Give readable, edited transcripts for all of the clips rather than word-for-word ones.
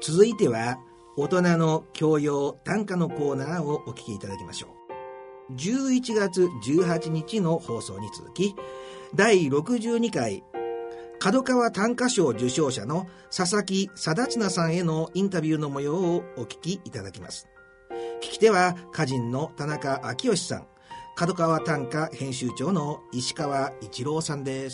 続いては大人の教養短歌のコーナーをお聞きいただきましょう。11月18日の放送に続き、第62回角川短歌賞受賞者の佐々木定綱さんへのインタビューの模様をお聞きいただきます。聞き手は歌人の田中昭義さん、角川短歌編集長の石川一郎さんです。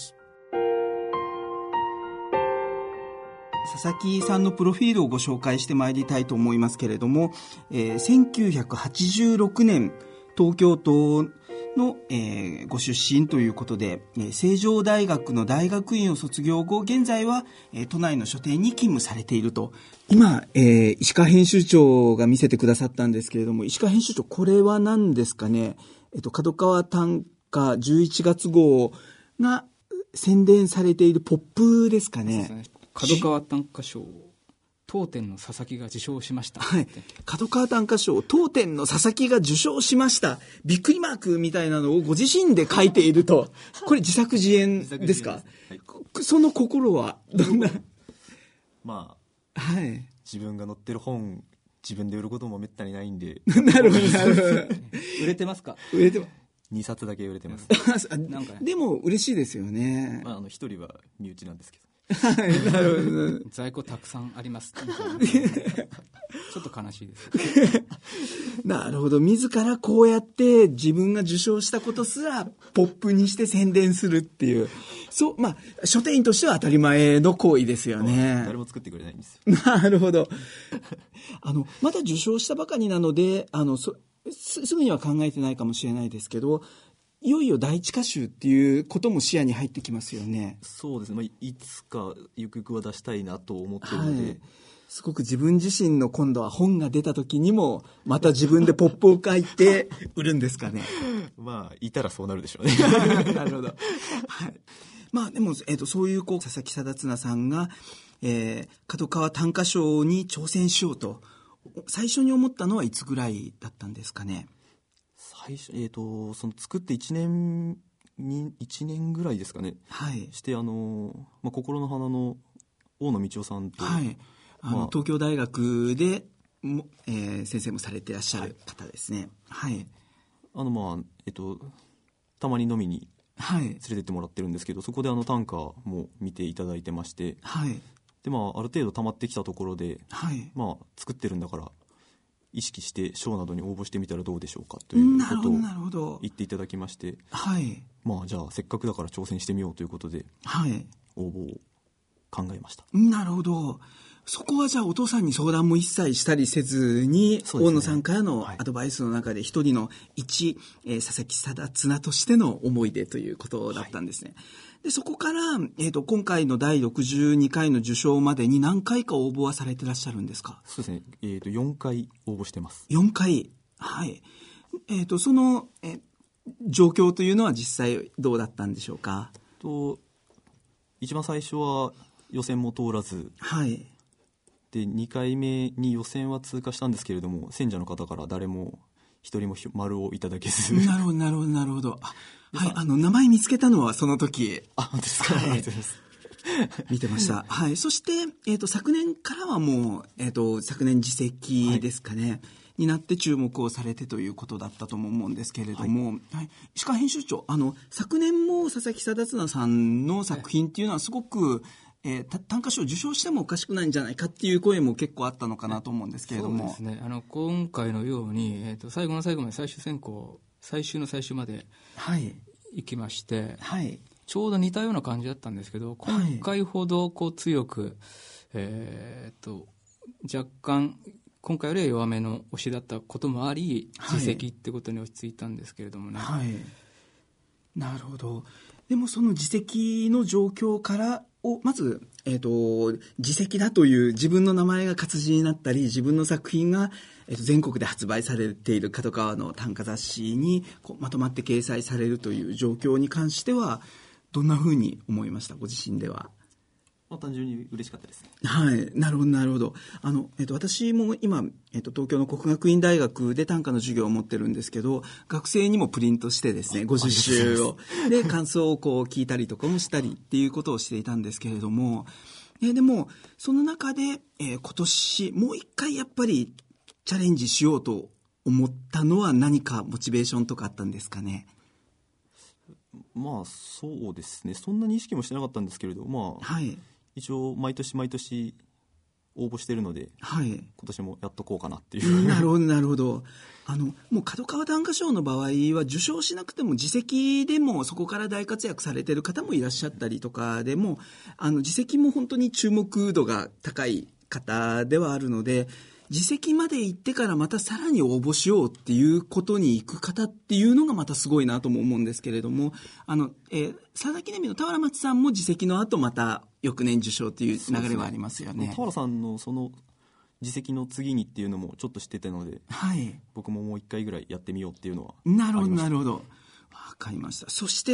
佐々木さんのプロフィールをご紹介してまいりたいと思いますけれども、1986年東京都の、ご出身ということで、成城大学の大学院を卒業後、現在は、都内の書店に勤務されていると。今、石川編集長が見せてくださったんですけれども、石川編集長、これは何ですかね。角川短歌11月号が宣伝されているポップですかね。 角川短歌賞当店の佐々木が受賞しました、 はい、角川短歌賞当店の佐々木が受賞しましたびっくりマークみたいなのをご自身で書いていると。これ自作自演ですか？はい、その心はどんなまあ、 はい、 自分が載ってる本自分で売ることもめったにないんでなるほどなるほど売れてますか？ 売れてます 2冊だけ売れてますなんかでも嬉しいですよね。 まあ、1人は身内なんですけどはい、なるほど。 在庫たくさんありますちょっと悲しいですなるほど。自らこうやって自分が受賞したことすらポップにして宣伝するっていう、そう、まあ書店員としては当たり前の行為ですよね。 誰も作ってくれないんですよ。なるほど。まだ受賞したばかりなのですぐには考えてないかもしれないですけど、いよいよ第一歌集っていうことも視野に入ってきますよね。 そうですね、いつかゆくゆくは出したいなと思ってるので、はい、 すごく自分自身の今度は本が出た時にもまた自分でポップを書いて売るんですかね。 まあいたらそうなるでしょうねなるほど、はい、まあでも、そういう佐々木定綱さんが、角川短歌賞に挑戦しようと最初に思ったのはいつぐらいだったんですかね？ 最初、その作って1年ぐらいですかね、 はい、 して心の花の大野道夫さんと、 はい、東京大学でも、先生もされていらっしゃる方ですね。はい、 たまに飲みに連れてってもらってるんですけど、そこで短歌も見ていただいてまして、 はい、 である程度溜まってきたところで、 はい、 作ってるんだから意識して賞などに応募してみたらどうでしょうかということを言っていただきまして、 はい、 じゃあせっかくだから挑戦してみようということで、 はい、 応募を考えました。 なるほど。そこはじゃあお父さんに相談も一切したりせずに、大野さんからのアドバイスの中で一人の佐々木定綱としての思い出ということだったんですね。はい、でそこから、今回の第62回の受賞までに何回か応募はされてらっしゃるんですか？ そうですね、4回応募してます。 4回。はい。その、状況というのは実際どうだったんでしょうか？ 一番最初は予選も通らず、 はい、 で2回目に予選は通過したんですけれども、選者の方から誰も一人も丸をいただけず。 なるほどなるほどなるほど。はい、名前見つけたのはその時。 本当ですか？はい、 見てました。はい。そして、昨年からはもう、昨年次席ですかね、はい、になって注目をされてということだったとも思うんですけれども、はいはい、石川編集長、昨年も佐々木定綱さんの作品っていうのはすごく、短歌賞を受賞してもおかしくないんじゃないかっていう声も結構あったのかなと思うんですけれども。 そうですね、今回のように、最後の最後まで最終選考最終の最終まで行きまして、 はい、 ちょうど似たような感じだったんですけど、今回ほど強く、若干今回よりは弱めの推しだったこともあり、自責ってことに落ち着いたんですけれどもね。 はい、なるほど。でもその自責の状況からまず、自責だという自分の名前が活字になったり、自分の作品が、全国で発売されている角川の短歌雑誌にまとまって掲載されるという状況に関してはどんなふうに思いました？ご自身では。 単純に嬉しかったですね。 はい、なるほどなるほど。私も今、東京の国学院大学で短歌の授業を持ってるんですけど、学生にもプリントしてですね、50集をで感想を聞いたりとかもしたりっていうことをしていたんですけれども、 でもその中で、今年もう一回やっぱりチャレンジしようと思ったのは何かモチベーションとかあったんですかね？ まあそうですね、そんなに意識もしてなかったんですけれど、まあ、はい、一応毎年毎年応募してるので、はい、今年もやっとこうかなっていうなるほどなるほど。もう角川短歌賞の場合は受賞しなくても自責でもそこから大活躍されている方もいらっしゃったりとかでも、自責も本当に注目度が高い方ではあるので、自責まで行ってからまたさらに応募しようっていうことに行く方っていうのがまたすごいなとも思うんですけれども、佐々木記念日の田原町さんも自責の後また翌年受賞っていう流れはありますよね。 田原さんのその自責の次にっていうのもちょっと知ってたので、はい、僕ももう一回ぐらいやってみようっていうのはありました。 なるほどなるほど、わかりました。そして、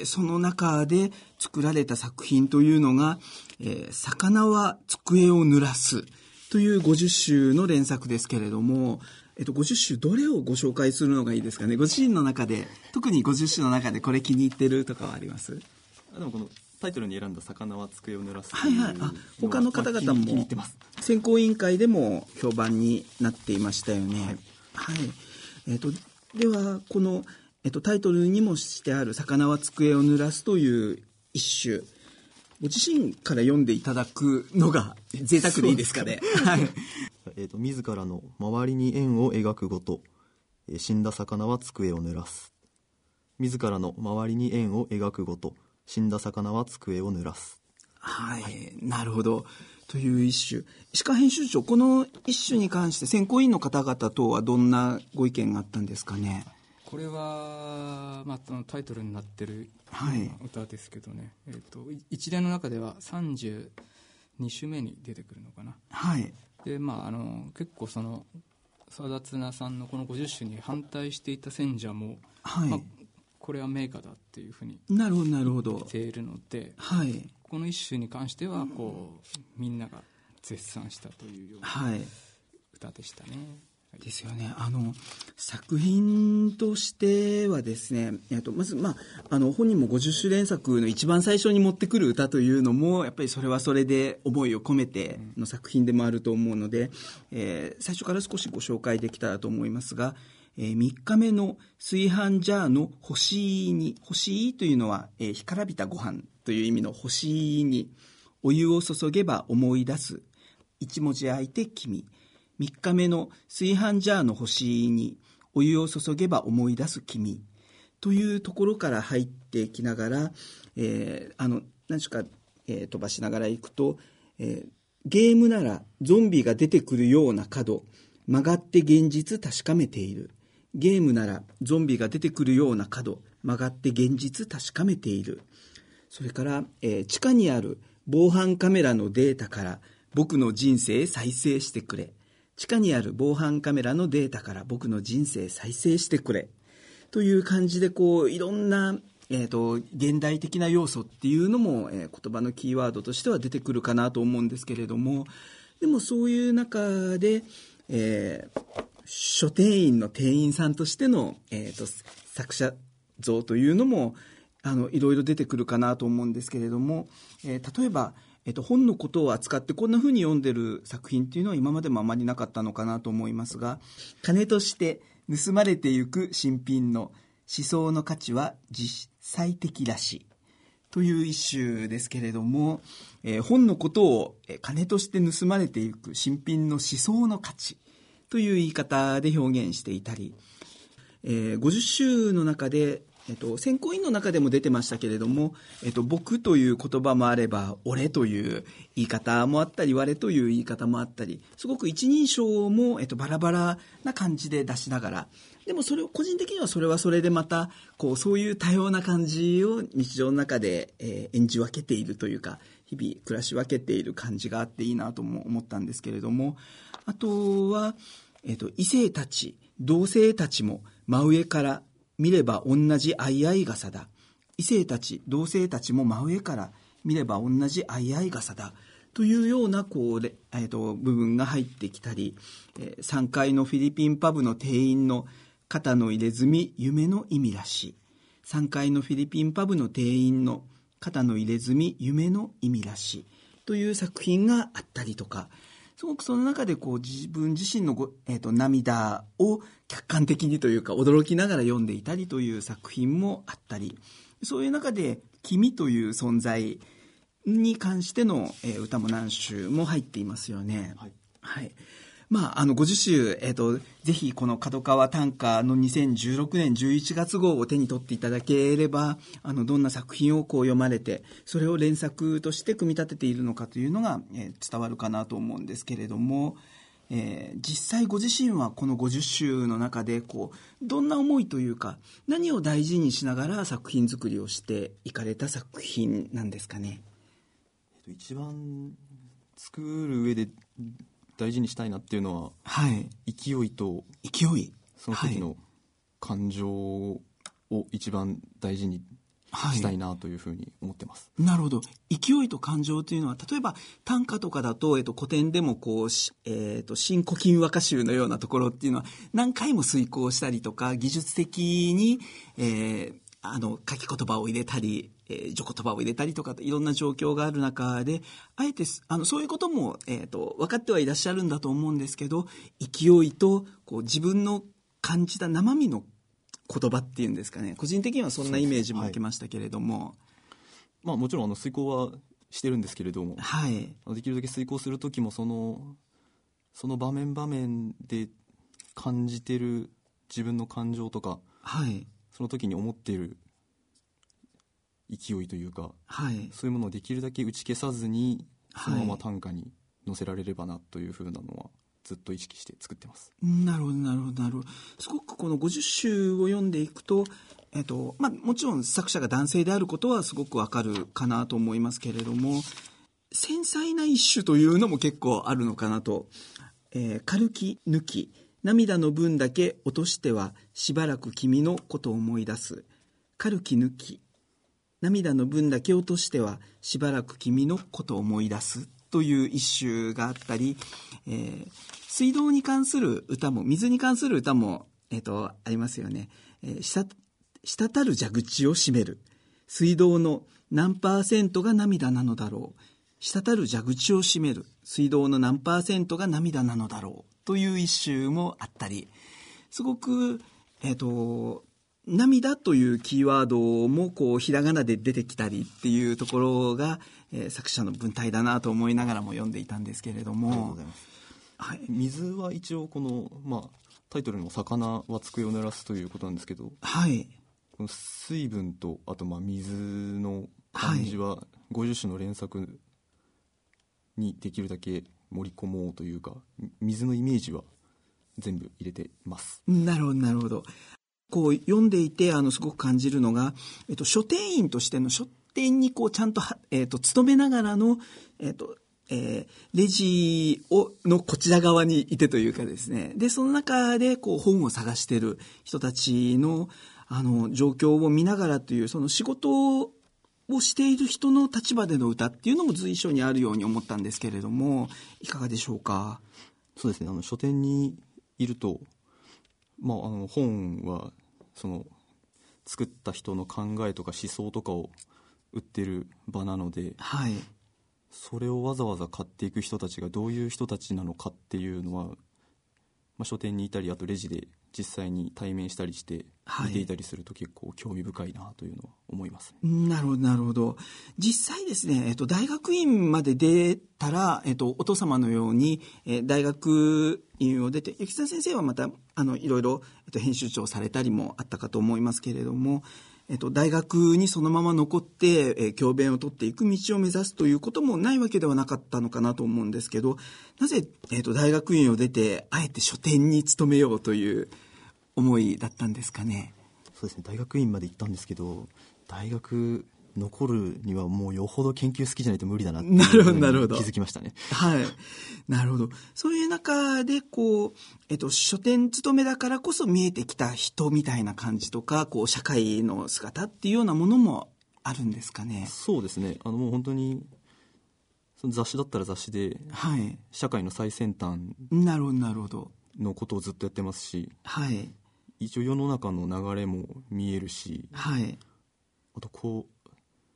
その中で作られた作品というのが、魚は机を濡らすという50首の連作ですけれども、50首どれをご紹介するのがいいですかね？ご自身の中で特に50首の中でこれ気に入ってるとかはあります？ でもこのタイトルに選んだ魚は机を濡らす、 はいはい、他の方々も選考委員会でも評判になっていましたよね。はい、ではこの、タイトルにもしてある魚は机を濡らすという一首、ご自身から読んでいただくのが贅沢でいいですかね？はい、 自らの周りに円を描くごと、死んだ魚は机を濡らす。自らの周りに円を描くごと、死んだ魚は机を濡らす。 はい、はい、なるほど。という一首、石川編集長、この一首に関して選考委員の方々とはどんなご意見があったんですかね？ これは、タイトルになってる歌ですけどね、一連の中では32首目に出てくるのかな。はい、で結構その佐田綱さんのこの50首に反対していた選者も、はい、これは名歌だっていうふうになるほど言っているので、 はい、 この一首に関してはみんなが絶賛したというような歌でしたね。はい、 ですよね。作品としてはですね、まず、本人も50首連作の一番最初に持ってくる歌というのもやっぱりそれはそれで思いを込めての作品でもあると思うので、最初から少しご紹介できたらと思いますが、3日目の炊飯ジャーの干しに、干しというのは、干からびたご飯という意味の干しに、お湯を注げば思い出す、一文字空いて君。3日目の炊飯ジャーの干しに、お湯を注げば思い出す君というところから入っていきながら、何しか、飛ばしながらいくと、ゲームならゾンビが出てくるような角、曲がって現実確かめている。ゲームならゾンビが出てくるような角、曲がって現実確かめている。それから、地下にある防犯カメラのデータから僕の人生再生してくれ。地下にある防犯カメラのデータから僕の人生再生してくれ。という感じでいろんな、現代的な要素っていうのも、言葉のキーワードとしては出てくるかなと思うんですけれども、でもそういう中で、書店員の店員さんとしての、作者像というのもいろいろ出てくるかなと思うんですけれども、例えば、本のことを扱ってこんな風に読んでる作品っていうのは今までもあまりなかったのかなと思いますが、金として盗まれてゆく新品の思想の価値は実際的らしいという一首ですけれども、本のことを金として盗まれていく新品の思想の価値という言い方で表現していたり、50首の中で、選考委員の中でも出てましたけれども、僕という言葉もあれば俺という言い方もあったり我という言い方もあったり、すごく一人称も、バラバラな感じで出しながら、でもそれを個人的にはそれはそれでまたそういう多様な感じを日常の中で、演じ分けているというか、日々暮らし分けている感じがあっていいなとも思ったんですけれども、あとは、異性たち同性たちも真上から見れば同じ相合い傘だ。異性たち同性たちも真上から見れば同じ相合い傘だというような部分が入ってきたり、3階のフィリピンパブの店員の肩の入れ墨夢の意味らしい。3階のフィリピンパブの店員の肩の入れ墨夢の意味らしいという作品があったりとか、すごくその中で自分自身の涙を客観的にというか驚きながら読んでいたりという作品もあったり、そういう中で君という存在に関しての歌も何首も入っていますよね。はい、はい。50首、ぜひこの角川短歌の2016年11月号を手に取っていただければ、どんな作品を読まれて、それを連作として組み立てているのかというのが、伝わるかなと思うんですけれども、実際ご自身はこの50首の中でどんな思いというか、何を大事にしながら作品作りをしていかれた作品なんですかね。 一番作る上で大事にしたいなっていうのは、 はい、 勢いとその時の感情を一番大事にしたいなというふうに思ってます。 なるほど。勢いと感情というのは、例えば短歌とかだと、古典でも新古今和歌集のようなところっていうのは何回も推敲したりとか、技術的に、書き言葉を入れたり、序言葉を入れたりとかいろんな状況がある中で、あえてそういうことも、分かってはいらっしゃるんだと思うんですけど、勢いと自分の感じた生身の言葉っていうんですかね、個人的にはそんなイメージも受けましたけれども、 はい、もちろん推敲はしてるんですけれども、 はい、 できるだけ推敲する時もその場面場面で感じてる自分の感情とか、 はい、 その時に思っている勢いというか、 はい、 そういうものをできるだけ打ち消さずにそのまま短歌に載せられればなというふうなのはずっと意識して作ってます。 なるほどなるほどなるほど。すごくこの50首を読んでいくと、もちろん作者が男性であることはすごくわかるかなと思いますけれども、繊細な一首というのも結構あるのかなと。軽き抜き涙の分だけ落としてはしばらく君のことを思い出す。軽き抜き涙の分だけ落としてはしばらく君のことを思い出すという一首があったり、水道に関する歌も、水に関する歌も、ありますよね。滴る蛇口を閉める。水道の何%が涙なのだろう。滴る蛇口を閉める。水道の何%が涙なのだろう。という一首もあったり、すごく、涙というキーワードもひらがなで出てきたりっていうところが、作者の文体だなと思いながらも読んでいたんですけれども。 ありがとうございます。はい、水は一応この、タイトルの魚は机を濡らすということなんですけど、 はい、 この水分とあと水の感じは50首の連作にできるだけ盛り込もうというか、水のイメージは全部入れてます。 なるほどなるほど。読んでいてすごく感じるのが、書店員としての書店にちゃんと、勤めながらの、レジのこちら側にいてというかですね、でその中で本を探している人たちの状況を見ながらという、その仕事をしている人の立場での歌っていうのも随所にあるように思ったんですけれども、いかがでしょうか。 そうですね、書店にいると、本はその作った人の考えとか思想とかを売ってる場なので、 はい、 それをわざわざ買っていく人たちがどういう人たちなのかっていうのは、書店にいたりあとレジで実際に対面したりして見ていたりすると結構興味深いなというのは思います、 ね。なるほどなるほど。実際ですね、大学院まで出たら、お父様のように、大学院を出て、雪澤先生はまたいろいろ、編集長されたりもあったかと思いますけれども、大学にそのまま残って、教鞭を取っていく道を目指すということもないわけではなかったのかなと思うんですけど、なぜ、大学院を出てあえて書店に勤めようという思いだったんですかね。 そうですね、大学院まで行ったんですけど、大学残るにはもうよほど研究好きじゃないと無理だなっていうふうに気づきましたね。 はい、なるほど。そういう中で書店勤めだからこそ見えてきた人みたいな感じとか、社会の姿っていうようなものもあるんですかね。 そうですね、もう本当にその雑誌だったら雑誌で、 はい、 社会の最先端なるほどなるほどのことをずっとやってますし、 はい、 一応世の中の流れも見えるし、 はい、 あと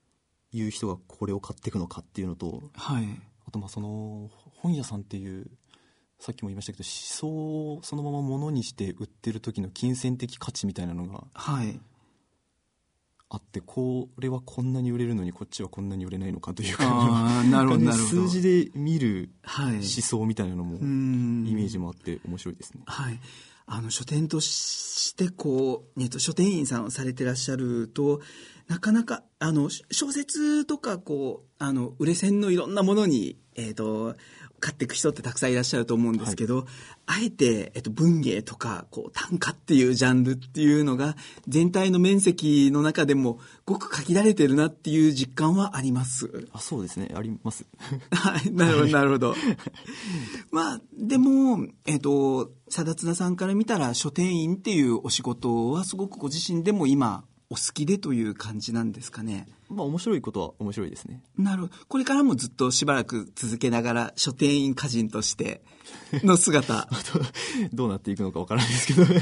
いう人がこれを買っていくのかっていうのと、 はい、 あとその本屋さんっていうさっきも言いましたけど、思想をそのまま物にして売ってる時の金銭的価値みたいなのがあって、これはこんなに売れるのにこっちはこんなに売れないのかというか、 なるほど数字で見る思想みたいなのもイメージもあって面白いですね。 はい、書店として書店員さんをされてらっしゃると、なかなか小説とか売れ線のいろんなものに買っていく人ってたくさんいらっしゃると思うんですけど、あえて、文芸とか短歌っていうジャンルっていうのが全体の面積の中でもごく限られてるなっていう実感はあります。 そうですね、ありますはい、なるほどなるほどでも貞綱さんから見たら書店員っていうお仕事はすごくご自身でも今お好きでという感じなんですかね。 面白いことは面白いですね。 なるほど。これからもずっとしばらく続けながら書店員歌人としての姿どうなっていくのかわからないですけどはい、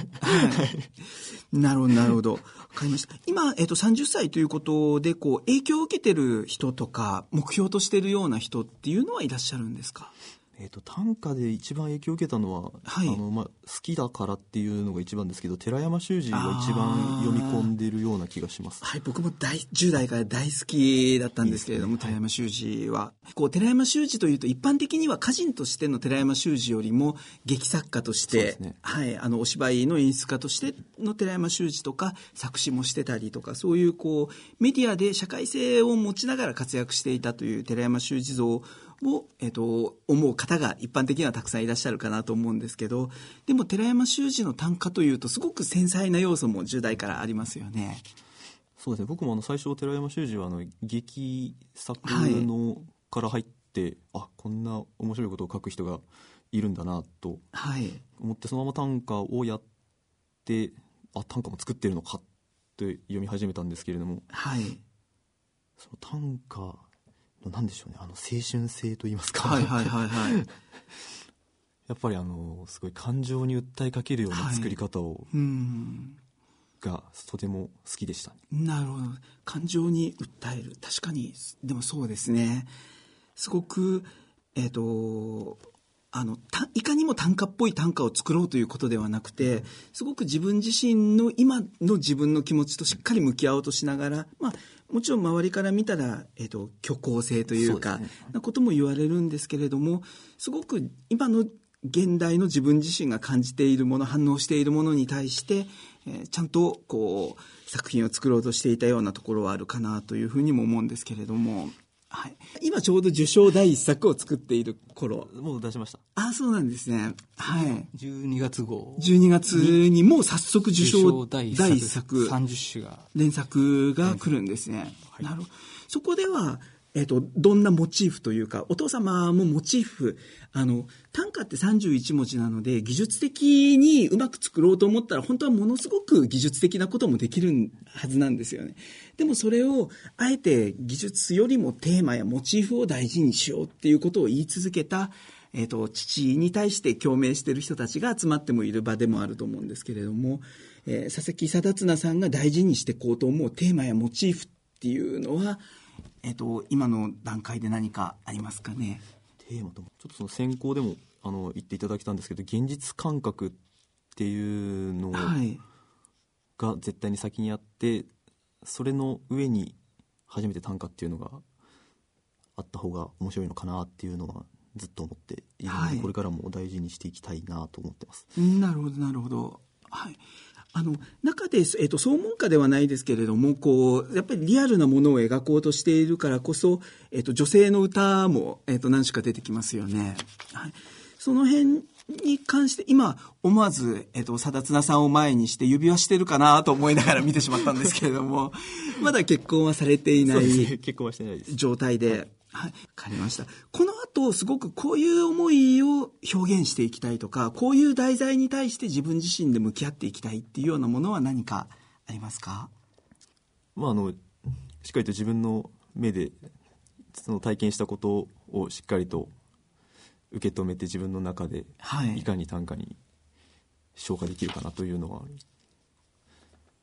なるほどなるほど、わかりました。今、30歳ということで影響を受けてる人とか目標としてるような人っていうのはいらっしゃるんですか？ 短歌で一番影響を受けたのは、 はい、 好きだからっていうのが一番ですけど、寺山修司が一番読み込んでるような気がします。 はい、僕も10代から大好きだったんですけれども、寺山修司は寺山修司というと一般的には歌人としての寺山修司よりも劇作家として、はい、お芝居の演出家としての寺山修司とか作詞もしてたりとか、そういうメディアで社会性を持ちながら活躍していたという寺山修司像を、思う方が一般的にはたくさんいらっしゃるかなと思うんですけど、でも寺山修司の短歌というとすごく繊細な要素も10代からありますよね。 そうですね、僕も最初寺山修司は劇作のから入って、こんな面白いことを書く人がいるんだなと思って、そのまま短歌をやって、短歌も作ってるのかって読み始めたんですけれども、 はい、 その短歌なんでしょうね、青春性といいますか、 はいはいはいはい、 やっぱりすごい感情に訴えかけるような作り方を、がとても好きでしたね。 なるほど、感情に訴える、確かにでもそうですね、すごくいかにも短歌っぽい短歌を作ろうということではなくて、すごく自分自身の今の自分の気持ちとしっかり向き合おうとしながら、もちろん周りから見たら、虚構性というかなことも言われるんですけれども、すごく今の現代の自分自身が感じているもの、反応しているものに対して、ちゃんと作品を作ろうとしていたようなところはあるかなというふうにも思うんですけれども、はい、今ちょうど受賞第一作を作っている頃。 もう出しました。 そうなんですね。はい。 12月号。 12月にもう早速受賞第一作。 30種が。 連作が来るんですね。はい、なるほど。そこでは、どんなモチーフというか、お父様もモチーフ、短歌って31文字なので、技術的にうまく作ろうと思ったら、本当はものすごく技術的なこともできるはずなんですよね。でもそれを、あえて技術よりもテーマやモチーフを大事にしようっていうことを言い続けた、父に対して共鳴している人たちが集まってもいる場でもあると思うんですけれども、佐々木貞綱さんが大事にしていこうと思うテーマやモチーフっていうのは、今の段階で何かありますかね。 テーマとちょっとその先行でも言っていただきたんですけど、現実感覚っていうのが絶対に先にあって、それの上に初めて短歌っていうのがあった方が面白いのかなっていうのはずっと思っているので、これからも大事にしていきたいなと思ってます。 なるほどなるほど。はい。中で、総文化ではないですけれども、やっぱりリアルなものを描こうとしているからこそ、女性の歌も、何種か出てきますよね。はい。その辺に関して、今、思わず、貞綱さんを前にして指輪してるかなと思いながら見てしまったんですけれども、まだ結婚はされていない。 そうですね、結婚はしてないです。 状態で。はい。わかりました。この後、すごくこういう思いを表現していきたいとか、こういう題材に対して自分自身で向き合っていきたいっていうようなものは何かありますか？ しっかりと自分の目でその体験したことをしっかりと受け止めて、自分の中でいかに短歌に消化できるかなというのは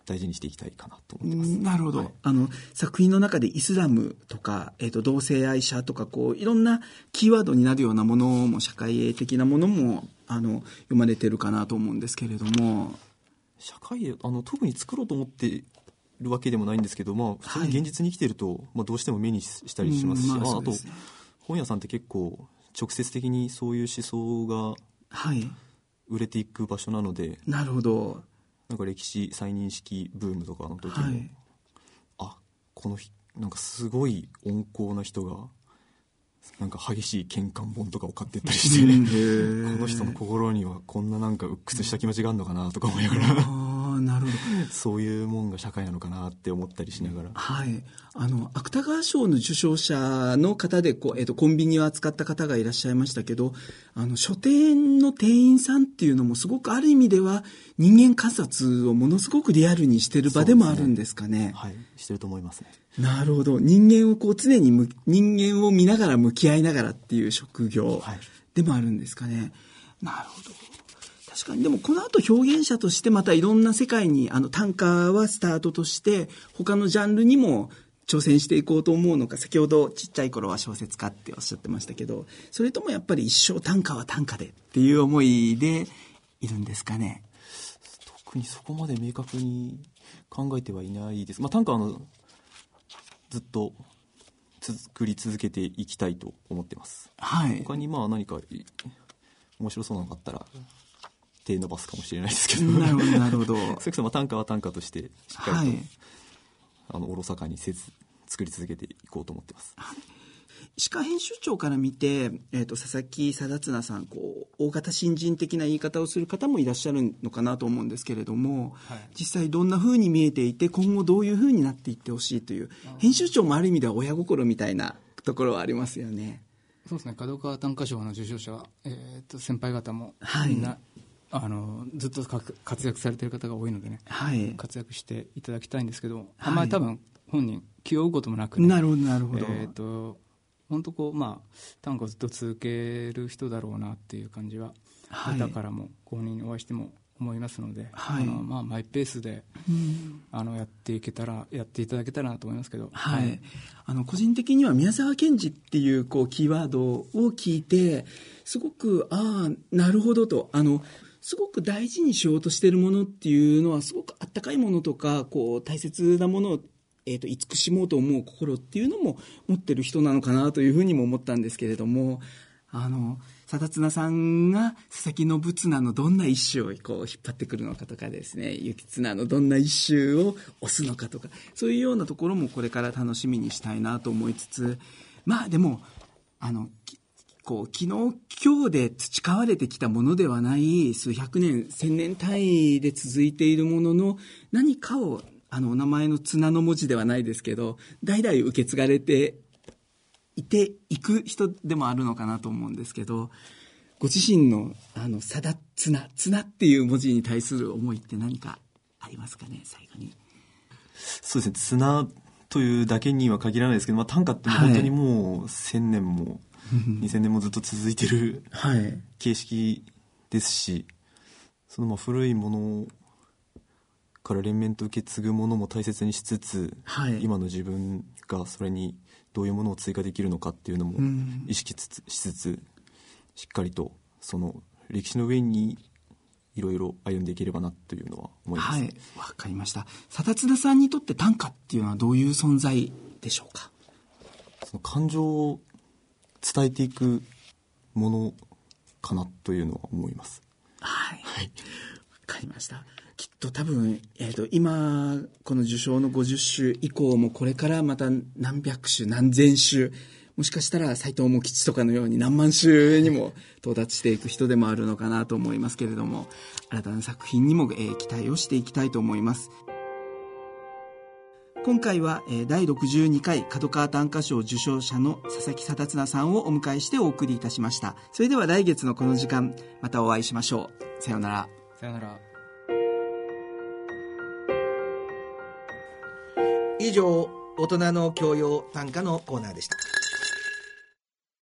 大事にしていきたいかなと思ってます。 なるほど、 はい、 作品の中でイスラムとか、同性愛者とかいろんなキーワードになるようなものも社会的なものも読まれてるかなと思うんですけれども、 社会特に作ろうと思っているわけでもないんですけど、普通に現実に生きてると、どうしても目にしたりしますし、あと本屋さんって結構直接的にそういう思想が売れていく場所なので、 なるほど。 なんか歴史再認識ブームとかの時も、このなんかすごい温厚な人がなんか激しい喧嘩本とかを買っていったりして、この人の心にはこんななんか鬱屈した気持ちがあるのかなとか思いながらなるほどそういうもんが社会なのかなって思ったりしながら、 芥川賞の受賞者の方でコンビニを扱った方がいらっしゃいましたけど、書店の店員さんっていうのもすごくある意味では人間観察をものすごくリアルにしてる場でもあるんですかね。 はい、してると思いますね。 なるほど。人間を常に人間を見ながら向き合いながらっていう職業でもあるんですかね。なるほど。確かに。でもこの後表現者としてまたいろんな世界に短歌はスタートとして他のジャンルにも挑戦していこうと思うのか、先ほどちっちゃい頃は小説家っておっしゃってましたけど、それともやっぱり一生短歌は短歌でっていう思いでいるんですかね。 特にそこまで明確に考えてはいないです。短歌はずっと作り続けていきたいと思ってます。他に何か面白そうなのがあったら手伸ばすかもしれないですけど、 なるほどそれこそ短歌は短歌としてしっかりと、おろそかにせず作り続けていこうと思ってます。 石川編集長から見て、佐々木定綱さん大型新人的な言い方をする方もいらっしゃるのかなと思うんですけれども、実際どんな風に見えていて今後どういう風になっていってほしいという、編集長もある意味では親心みたいなところはありますよね。 そうですね。角川短歌賞の受賞者、先輩方もみんな、ずっと活躍されている方が多いのでね、活躍していただきたいんですけど、あんまり多分本人気負うこともなく、ね、 なるほど。 本当短歌をずっと続ける人だろうなっていう感じは、だからもご本人にお会いしても思いますので、マイペースで、やっていただけたらなと思いますけど、 個人的には宮沢賢治っていうキーワードを聞いてすごくなるほどと、すごく大事にしようとしているものっていうのはすごくあったかいものとか大切なものを慈しもうと思う心っていうのも持ってる人なのかなというふうにも思ったんですけれども、定綱さんが佐々木信綱のどんな一首を引っ張ってくるのかとかですね、行綱のどんな一首を押すのかとか、そういうようなところもこれから楽しみにしたいなと思いつつ、でも昨日今日で培われてきたものではない数百年千年単位で続いているものの何かをお名前の綱の文字ではないですけど代々受け継がれていく人でもあるのかなと思うんですけど、ご自身の綱っていう文字に対する思いって何かありますかね。最後に。 そうですね、綱というだけには限らないですけど、短歌って本当にもう1000年も2000年もずっと続いてる形式ですし、その古いものから連綿と受け継ぐものも大切にしつつ、今の自分がそれにどういうものを追加できるのかっていうのも意識しつつ、しっかりとその歴史の上にいろいろ歩んでいければなというのは思います。 わかりました。定綱さんにとって短歌っていうのはどういう存在でしょうか。 その感情を伝えていくものかなというのは思います。 わかりました。きっと多分、今この受賞の50首以降もこれからまた何百首何千首、もしかしたら斎藤茂吉とかのように何万首にも到達していく人でもあるのかなと思いますけれども、新たな作品にも、期待をしていきたいと思います。今回は、第62回角川短歌賞受賞者の佐々木定綱さんをお迎えしてお送りいたしました。それでは来月のこの時間またお会いしましょう。さようなら。 さようなら。 以上、大人の教養短歌のコーナーでした。